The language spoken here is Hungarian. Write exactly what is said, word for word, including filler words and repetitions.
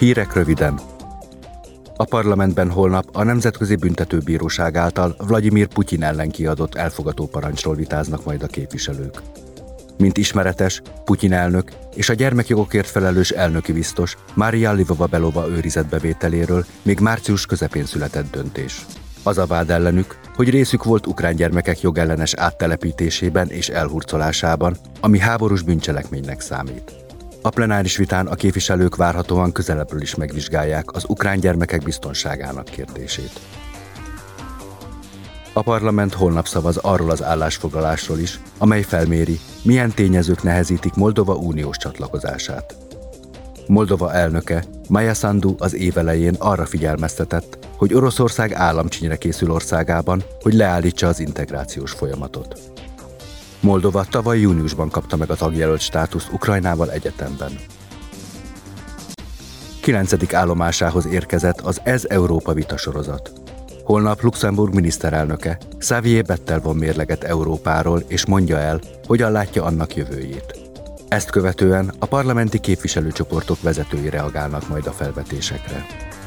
Hírek röviden. A parlamentben holnap a Nemzetközi Büntetőbíróság által Vladimir Putyin ellen kiadott elfogató parancsról vitáznak majd a képviselők. Mint ismeretes, Putyin elnök és a gyermekjogokért felelős elnöki biztos Maria Lvova-Belova őrizetbevételéről még március közepén született döntés. Az a vád ellenük, hogy részük volt ukrán gyermekek jogellenes áttelepítésében és elhurcolásában, ami háborús bűncselekménynek számít. A plenáris vitán a képviselők várhatóan közelebbről is megvizsgálják az ukrán gyermekek biztonságának kérdését. A parlament holnap szavaz arról az állásfoglalásról is, amely felméri, milyen tényezők nehezítik Moldova uniós csatlakozását. Moldova elnöke, Maia Sandu az év elején arra figyelmeztetett, hogy Oroszország államcsínyre készül országában, hogy leállítsa az integrációs folyamatot. Moldova tavaly júniusban kapta meg a tagjelölt státuszt Ukrajnával egyetemben. Kilencedik állomásához érkezett az Ez Európa vitasorozat. Holnap Luxemburg miniszterelnöke, Xavier Bettel von mérleget Európáról, és mondja el, hogyan látja annak jövőjét. Ezt követően a parlamenti képviselőcsoportok vezetői reagálnak majd a felvetésekre.